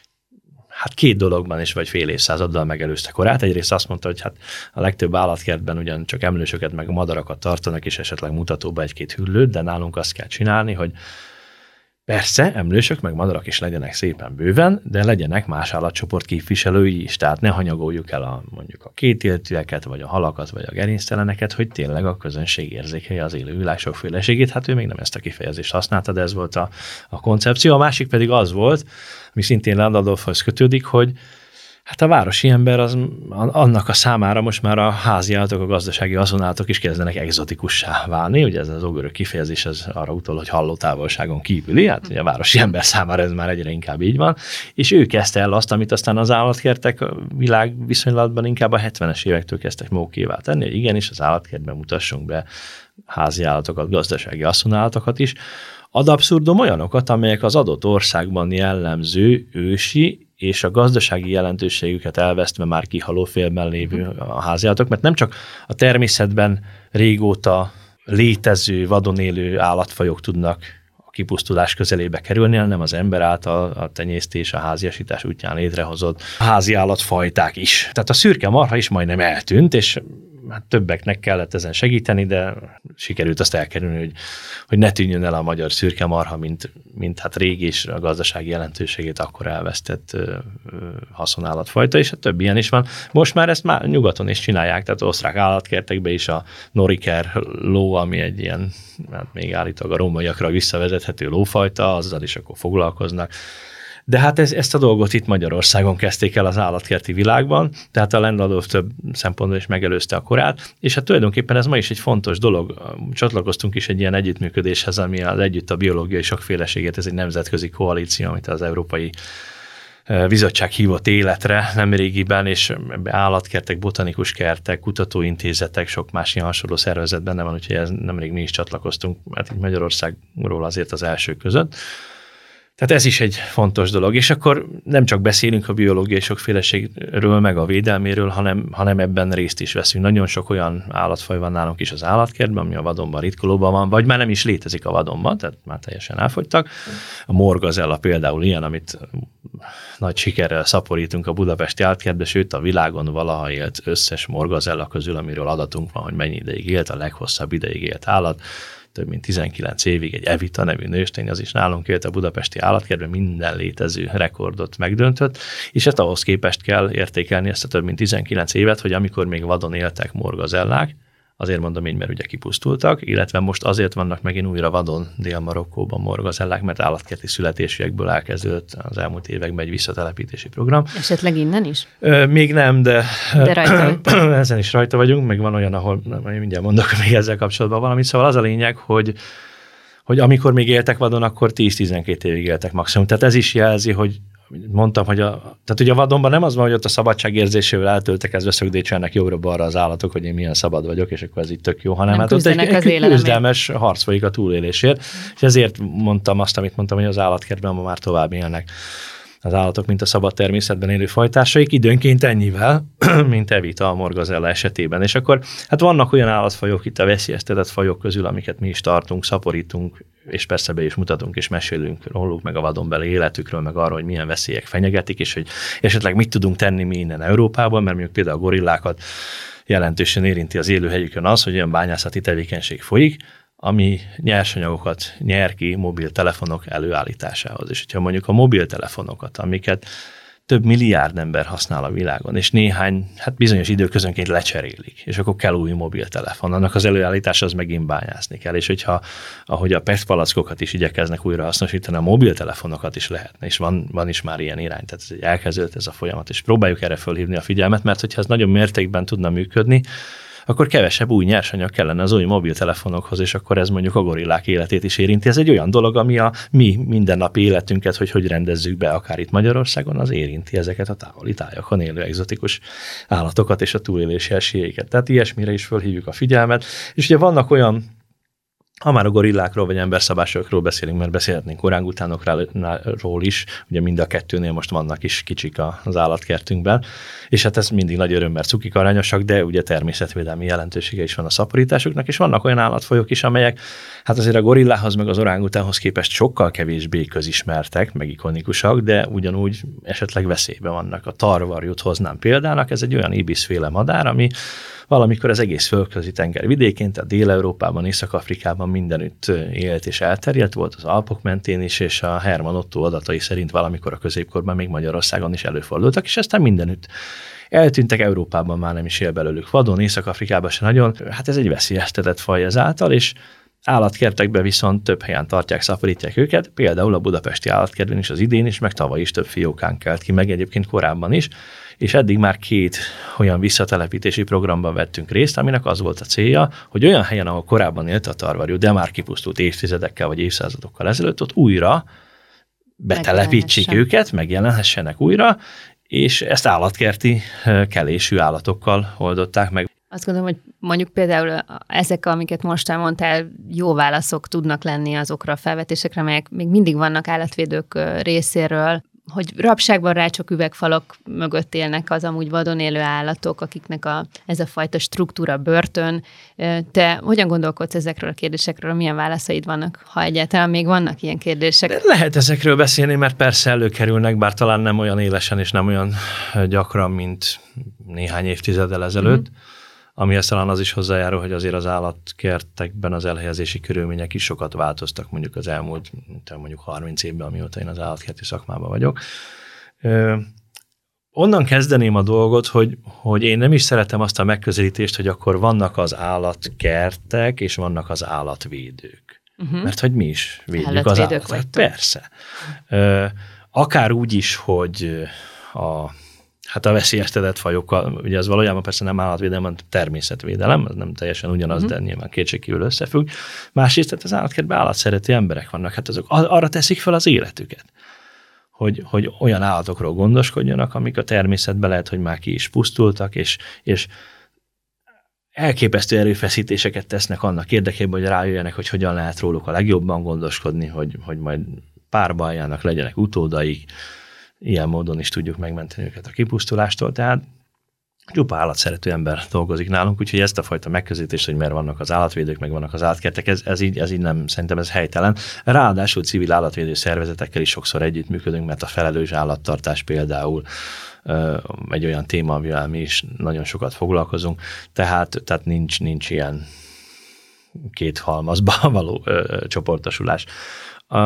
hát két dologban is vagy fél évszázaddal megelőzte korát. Egyrészt azt mondta, hogy hát a legtöbb állatkertben ugyan csak emlősöket meg madarakat tartanak, és esetleg mutatóba egy-két hüllőt, de nálunk azt kell csinálni, hogy persze, emlősök meg madarak is legyenek szépen bőven, de legyenek más állatcsoport képviselői is, tehát ne hanyagoljuk el a, mondjuk a kétéltűeket, vagy a halakat, vagy a gerincteleneket, hogy tényleg a közönség érzékelje az élővilág sokféleségét. Hát ő még nem ezt a kifejezést használta, de ez volt a, a koncepció. A másik pedig az volt, ami szintén Lendl Adolfhoz kötődik, hogy hát a városi ember az, annak a számára most már a házi állatok, a gazdasági haszonállatok is kezdenek egzotikussá válni. Ugye ez az ógörög kifejezés az arra utol, hogy halló távolságon kívüli. Hát ugye a városi ember számára ez már egyre inkább így van. És ő kezdte el azt, amit aztán az állatkertek világ viszonylatban inkább a hetvenes évektől kezdtek magukévá tenni, hogy igenis az állatkertben mutassunk be házi állatokat, gazdasági haszonállatokat is. Ad abszurdum olyanokat, amelyek az adott országban jellemző ősi és a gazdasági jelentőségüket elvesztve már kihalófélben lévő a háziállatok, mert nem csak a természetben régóta létező, vadon élő állatfajok tudnak a kipusztulás közelébe kerülni, hanem az ember által a tenyésztés, a háziasítás útján létrehozott házi állatfajták is. Tehát a szürke marha is majdnem eltűnt, és hát többeknek kellett ezen segíteni, de sikerült azt elkerülni, hogy, hogy ne tűnjön el a magyar szürke marha, mint, mint hát régi és a gazdasági jelentőségét akkor elvesztett ö, ö, haszonállatfajta, és a több ilyen is van. Most már ezt már nyugaton is csinálják, tehát osztrák állatkertekben is a noriker ló, ami egy ilyen, hát még állítólag a rómaiakra visszavezethető lófajta, azzal is akkor foglalkoznak. De hát ez, ezt a dolgot itt Magyarországon kezdték el az állatkerti világban, tehát a Land Adolf több szempontból is megelőzte a korát, és hát tulajdonképpen ez ma is egy fontos dolog. Csatlakoztunk is egy ilyen együttműködéshez, ami az Együtt a biológiai sokféleségért, ez egy nemzetközi koalíció, amit az Európai Bizottság hívott életre nemrégiben, és állatkertek, botanikus kertek, kutatóintézetek, sok más ilyen hasonló szervezet benne van, úgyhogy ez nemrég mi is csatlakoztunk, hát itt Magyarországról azért az első között. Tehát ez is egy fontos dolog, és akkor nem csak beszélünk a biológiai sokféleségről, meg a védelméről, hanem, hanem ebben részt is veszünk. Nagyon sok olyan állatfaj van nálunk is az állatkertben, ami a vadonban, ritkolóban van, vagy már nem is létezik a vadonban, tehát már teljesen elfogytak. A morgazella például ilyen, amit nagy sikerrel szaporítunk a budapesti állatkertbe, sőt a világon valaha élt összes morgazella közül, amiről adatunk van, hogy mennyi ideig élt, a leghosszabb ideig élt állat, több mint tizenkilenc évig egy Evita nevű nőstény, az is nálunk élt a budapesti állatkertben, minden létező rekordot megdöntött, és hát ahhoz képest kell értékelni ezt a több mint tizenkilenc évet, hogy amikor még vadon éltek morgazellák, azért mondom így, mert ugye kipusztultak, illetve most azért vannak megint újra vadon Dél-Marokkóban morgazellák, mert állatkerti születésűekből elkezdődött az elmúlt években egy visszatelepítési program. Esetleg innen is? Még nem, de, de rajta ezen is rajta vagyunk, meg van olyan, ahol én mindjárt mondok még ezzel kapcsolatban valamit. Szóval az a lényeg, hogy, hogy amikor még éltek vadon, akkor tíz-tizenkét évig éltek maximum. Tehát ez is jelzi, hogy mondtam, hogy a, tehát ugye a vadonban nem az van, hogy ott a szabadságérzésével eltöltekezve szögdécselnek jobbra-balra az állatok, hogy én milyen szabad vagyok, és akkor ez itt tök jó, hanem nem hát ott egy, egy küzdelmes harc folyik a túlélésért, és ezért mondtam azt, amit mondtam, hogy az állatkertben ma már tovább élnek az állatok, mint a szabad természetben élő fajtársaik, időnként ennyivel, mint Evita a morgazella esetében. És akkor hát vannak olyan állatfajok itt a veszélyeztetett fajok közül, amiket mi is tartunk, szaporítunk, és persze be is mutatunk, és mesélünk róluk, meg a vadonbeli életükről, meg arról, hogy milyen veszélyek fenyegetik, és hogy esetleg mit tudunk tenni mi innen Európában, mert mondjuk például a gorillákat jelentősen érinti az élőhelyükön az, hogy olyan bányászati tevékenység folyik, ami nyersanyagokat nyer ki mobiltelefonok előállításához. És hogyha mondjuk a mobiltelefonokat, amiket több milliárd ember használ a világon, és néhány, hát bizonyos időközönként lecserélik, és akkor kell új mobiltelefon. Annak az előállítása az megint bányászni kell, és hogyha, ahogy a pé e té palackokat is igyekeznek újra hasznosítani, a mobiltelefonokat is lehetne, és van, van is már ilyen irány, tehát ez egy elkezdődött ez a folyamat, és próbáljuk erre fölhívni a figyelmet, mert hogyha ez nagyon mértékben tudna működni, akkor kevesebb új nyersanyag kellene az új mobiltelefonokhoz, és akkor ez mondjuk a gorillák életét is érinti. Ez egy olyan dolog, ami a mi mindennapi életünket, hogy hogy rendezzük be akár itt Magyarországon, az érinti ezeket a távoli tájakon élő egzotikus állatokat és a túlélési esélyeket. Tehát ilyesmire is fölhívjuk a figyelmet. És ugye vannak olyan, ha már a gorillákról vagy emberszabásokról beszélünk, mert beszélhetnénk orángutánokról is, ugye mind a kettőnél most vannak is kicsik az állatkertünkben, és hát ez mindig nagy öröm, mert cukik aranyosak, de ugye természetvédelmi jelentősége is van a szaporításuknak, és vannak olyan állatfajok is, amelyek hát azért a gorillához meg az orángutánhoz képest sokkal kevésbé közismertek, meg ikonikusak, de ugyanúgy esetleg veszélyben vannak. A tarvarjút hoznám példának, ez egy olyan ibiszféle madár, ami valamikor az egész földközi tenger vidékén, tehát Dél-Európában, Észak-Afrikában mindenütt élt és elterjedt volt, az Alpok mentén is, és a Hermann Otto adatai szerint valamikor a középkorban még Magyarországon is előfordultak, és aztán mindenütt eltűntek, Európában már nem is él belőlük vadon, Észak-Afrikában se nagyon, hát ez egy veszélyeztetett faj ezáltal, és állatkertekben viszont több helyen tartják, szaporítják őket, például a budapesti állatkertben is az idén is, meg tavaly is több fiókán kelt ki, meg egyébként korábban is, és eddig már két olyan visszatelepítési programban vettünk részt, aminek az volt a célja, hogy olyan helyen, ahol korábban élt a tarvarjú, de már kipusztult évtizedekkel vagy évszázadokkal ezelőtt, ott újra betelepítsék őket, megjelenhessenek újra, és ezt állatkerti kelésű állatokkal oldották meg. Azt gondolom, hogy mondjuk például ezek, amiket most elmondtál, jó válaszok tudnak lenni azokra a felvetésekre, amelyek még mindig vannak állatvédők részéről, hogy rabságban rácsok üvegfalak mögött élnek az amúgy vadon élő állatok, akiknek a, ez a fajta struktúra börtön. Te hogyan gondolkodsz ezekről a kérdésekről, milyen válaszaid vannak, ha egyáltalán még vannak ilyen kérdések? De lehet ezekről beszélni, mert persze előkerülnek, bár talán nem olyan élesen és nem olyan gyakran, mint néhány évtizeddel ezelőtt. Mm-hmm. Amihez talán az is hozzájárul, hogy azért az állatkertekben az elhelyezési körülmények is sokat változtak mondjuk az elmúlt mondjuk harminc évben, amióta én az állatkerti szakmában vagyok. Ö, onnan kezdeném a dolgot, hogy, hogy én nem is szeretem azt a megközelítést, hogy akkor vannak az állatkertek, és vannak az állatvédők. Uh-huh. Mert hogy mi is védjük az állatokat. Persze. Ö, akár úgy is, hogy a, hát a veszélyeztetett fajokkal, ugye ez valójában persze nem állatvédelem, hanem természetvédelem, ez nem teljesen ugyanaz, uh-huh. de nyilván kétségkívül összefügg. Másrészt tehát az állatkertben állatszerető emberek vannak, hát azok arra teszik fel az életüket, hogy, hogy olyan állatokról gondoskodjanak, amik a természetben lehet, hogy már ki is pusztultak, és, és elképesztő erőfeszítéseket tesznek annak érdekében, hogy rájöjjenek, hogy hogyan lehet róluk a legjobban gondoskodni, hogy, hogy majd párba álljanak, legyenek utódaik, ilyen módon is tudjuk megmenteni őket a kipusztulástól, tehát csupa állatszerető ember dolgozik nálunk, úgyhogy ezt a fajta megközelítést, hogy mert vannak az állatvédők, meg vannak az állatkertek, ez, ez, így, ez így nem, szerintem ez helytelen. Ráadásul civil állatvédő szervezetekkel is sokszor együttműködünk, mert a felelős állattartás például egy olyan téma, amivel mi is nagyon sokat foglalkozunk, tehát, tehát nincs, nincs ilyen két halmazba való ö, csoportosulás. A,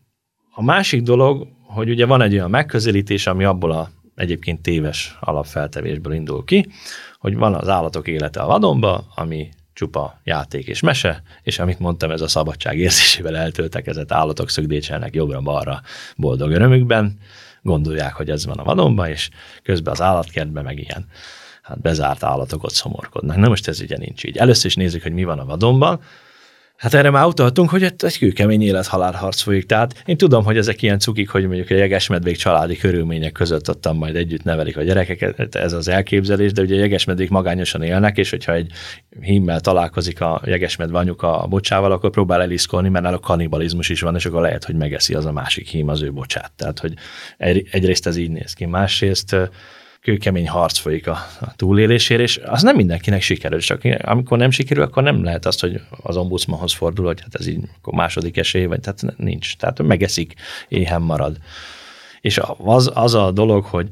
a másik dolog, hogy ugye van egy olyan megközelítés, ami abból a egyébként téves alapfeltevésből indul ki, hogy van az állatok élete a vadonba, ami csupa játék és mese, és amit mondtam, ez a szabadság érzésével eltöltekezett állatok szögdécselnek jobbra-balra boldog örömükben, gondolják, hogy ez van a vadonban, és közben az állatkertben meg ilyen hát bezárt állatok ott szomorkodnak. Na most ez ugye nincs így. Először is nézzük, hogy mi van a vadonban. Hát erre már utaltunk, hogy egy kőkemény élet-halálharc folyik. Tehát én tudom, hogy ezek ilyen cukik, hogy mondjuk a jegesmedvék családi körülmények között ottan majd együtt nevelik a gyerekeket, ez az elképzelés, de ugye a jegesmedvék magányosan élnek, és hogyha egy hímmel találkozik a jegesmedve anyuka a bocsával, akkor próbál eliszkolni, mert nála kannibalizmus is van, és akkor lehet, hogy megeszi az a másik hím az ő bocsát. Tehát, hogy egy, egyrészt ez így néz ki, másrészt kőkemény harc folyik a, a túlélésért, és az nem mindenkinek sikerül, csak amikor nem sikerül, akkor nem lehet azt, hogy az ombudsmanhoz fordul, hogy hát ez így akkor második esély, vagy tehát nincs. Tehát megeszik, éhen marad. És az, az a dolog, hogy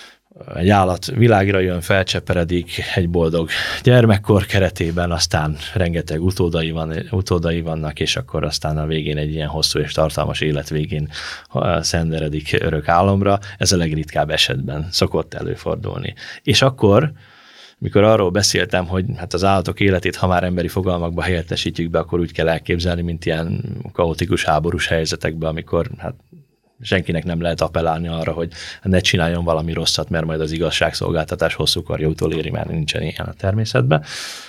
egy állat világra jön, felcseperedik egy boldog gyermekkor keretében, aztán rengeteg utódai, van, utódai vannak, és akkor aztán a végén egy ilyen hosszú és tartalmas élet végén szenderedik örök álomra. Ez a legritkább esetben szokott előfordulni. És akkor, mikor arról beszéltem, hogy hát az állatok életét, ha már emberi fogalmakba helyettesítjük be, akkor úgy kell elképzelni, mint ilyen kaotikus háborús helyzetekben, amikor hát senkinek nem lehet appellálni arra, hogy ne csináljon valami rosszat, mert majd az igazságszolgáltatás hosszú karja utoléri, már nincsen ilyen a természetben.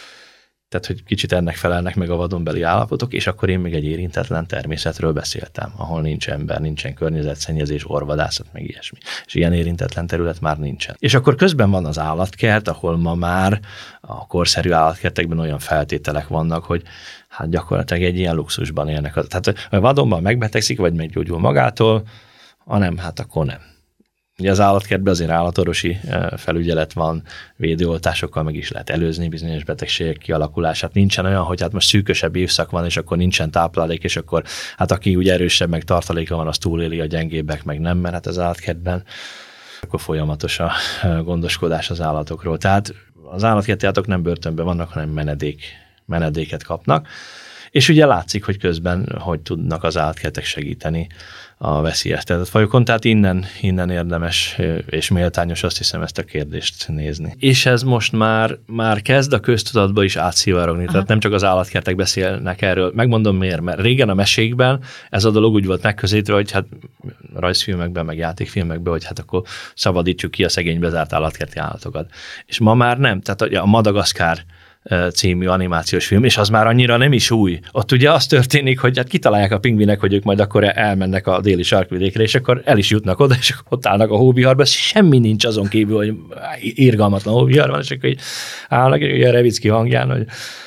Tehát, hogy kicsit ennek felelnek meg a vadonbeli állapotok, és akkor én még egy érintetlen természetről beszéltem, ahol nincs ember, nincsen környezetszennyezés, orvadászat, meg ilyesmi. És ilyen érintetlen terület már nincsen. És akkor közben van az állatkert, ahol ma már a korszerű állatkertekben olyan feltételek vannak, hogy hát gyakorlatilag egy ilyen luxusban élnek. Tehát a vadonban megbetegszik, vagy meggyógyul magától, hanem hát akkor nem. Ugye az állatkertben azért állatorvosi felügyelet van, védőoltásokkal meg is lehet előzni bizonyos betegségek kialakulását. Nincsen olyan, hogy hát most szűkösebb évszak van, és akkor nincsen táplálék, és akkor hát aki úgy erősebb, meg tartaléka van, az túléli, a gyengébbek meg nem, mert hát az állatkertben akkor folyamatos a gondoskodás az állatokról. Tehát az állatkerti állatok nem börtönben vannak, hanem menedék, menedéket kapnak. És ugye látszik, hogy közben hogy tudnak az állatkertek segíteni a veszélyeztetett fajokon, tehát innen, innen érdemes és méltányos azt hiszem ezt a kérdést nézni. És ez most már, már kezd a köztudatba is átszivárogni, tehát nem csak az állatkertek beszélnek erről. Megmondom miért, mert régen a mesékben ez a dolog úgy volt megközelítve, hogy hát rajzfilmekben, meg játékfilmekben, hogy hát akkor szabadítsuk ki a szegény bezárt állatkerti állatokat. És ma már nem, tehát a Madagaszkár című animációs film, és az már annyira nem is új. Ott ugye az történik, hogy hát kitalálják a pingvinek, hogy ők majd akkor elmennek a déli sarkvidékre, és akkor el is jutnak oda, és akkor ott állnak a hóviharba, semmi nincs azon kívül, hogy irgalmatlan hóvihar van, és akkor így állnak, ugye a Revicki hangján, hogy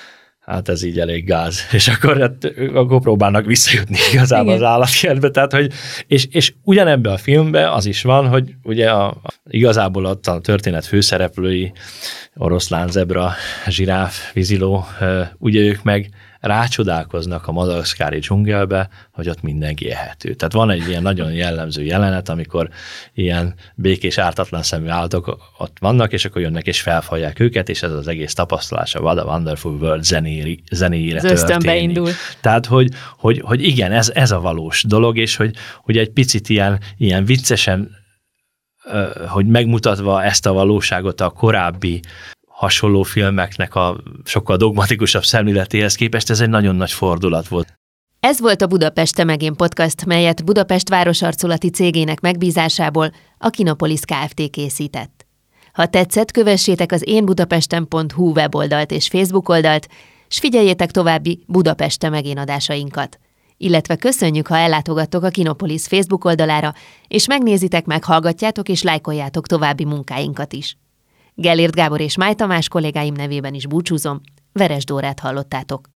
hát ez így elég gáz. És akkor, hát, akkor próbálnak visszajutni igazából az állatkertbe. Tehát, hogy, és, és ugyanebben a filmben az is van, hogy ugye a, a, igazából ott a történet főszereplői, oroszlán, zebra, zsiráf, víziló, ugye ők meg rácsodálkoznak a madagaszkári dzsungelbe, hogy ott mindenki ehető. Tehát van egy ilyen nagyon jellemző jelenet, amikor ilyen békés, ártatlan szemű állatok ott vannak, és akkor jönnek és felfalják őket, és ez az egész tapasztalás a What a Wonderful World zenéri, zenéjére történik. Az ösztönbe indul. Tehát, hogy, hogy, hogy igen, ez, ez a valós dolog, és hogy, hogy egy picit ilyen, ilyen viccesen, hogy megmutatva ezt a valóságot a korábbi hasonló filmeknek a sokkal dogmatikusabb szemléletéhez képest, ez egy nagyon nagy fordulat volt. Ez volt a Budapest Te meg én podcast, melyet Budapest városarculati cégének megbízásából a Kinopolis Kft. Készített. Ha tetszett, kövessétek az én budapesten pont hu weboldalt és Facebook oldalt, s figyeljétek további Budapest Te meg én adásainkat. Illetve köszönjük, ha ellátogattok a Kinopolis Facebook oldalára, és megnézitek, meghallgatjátok és lájkoljátok további munkáinkat is. Gellért Gábor és Máj Tamás kollégáim nevében is búcsúzom, Veres Dórát hallottátok.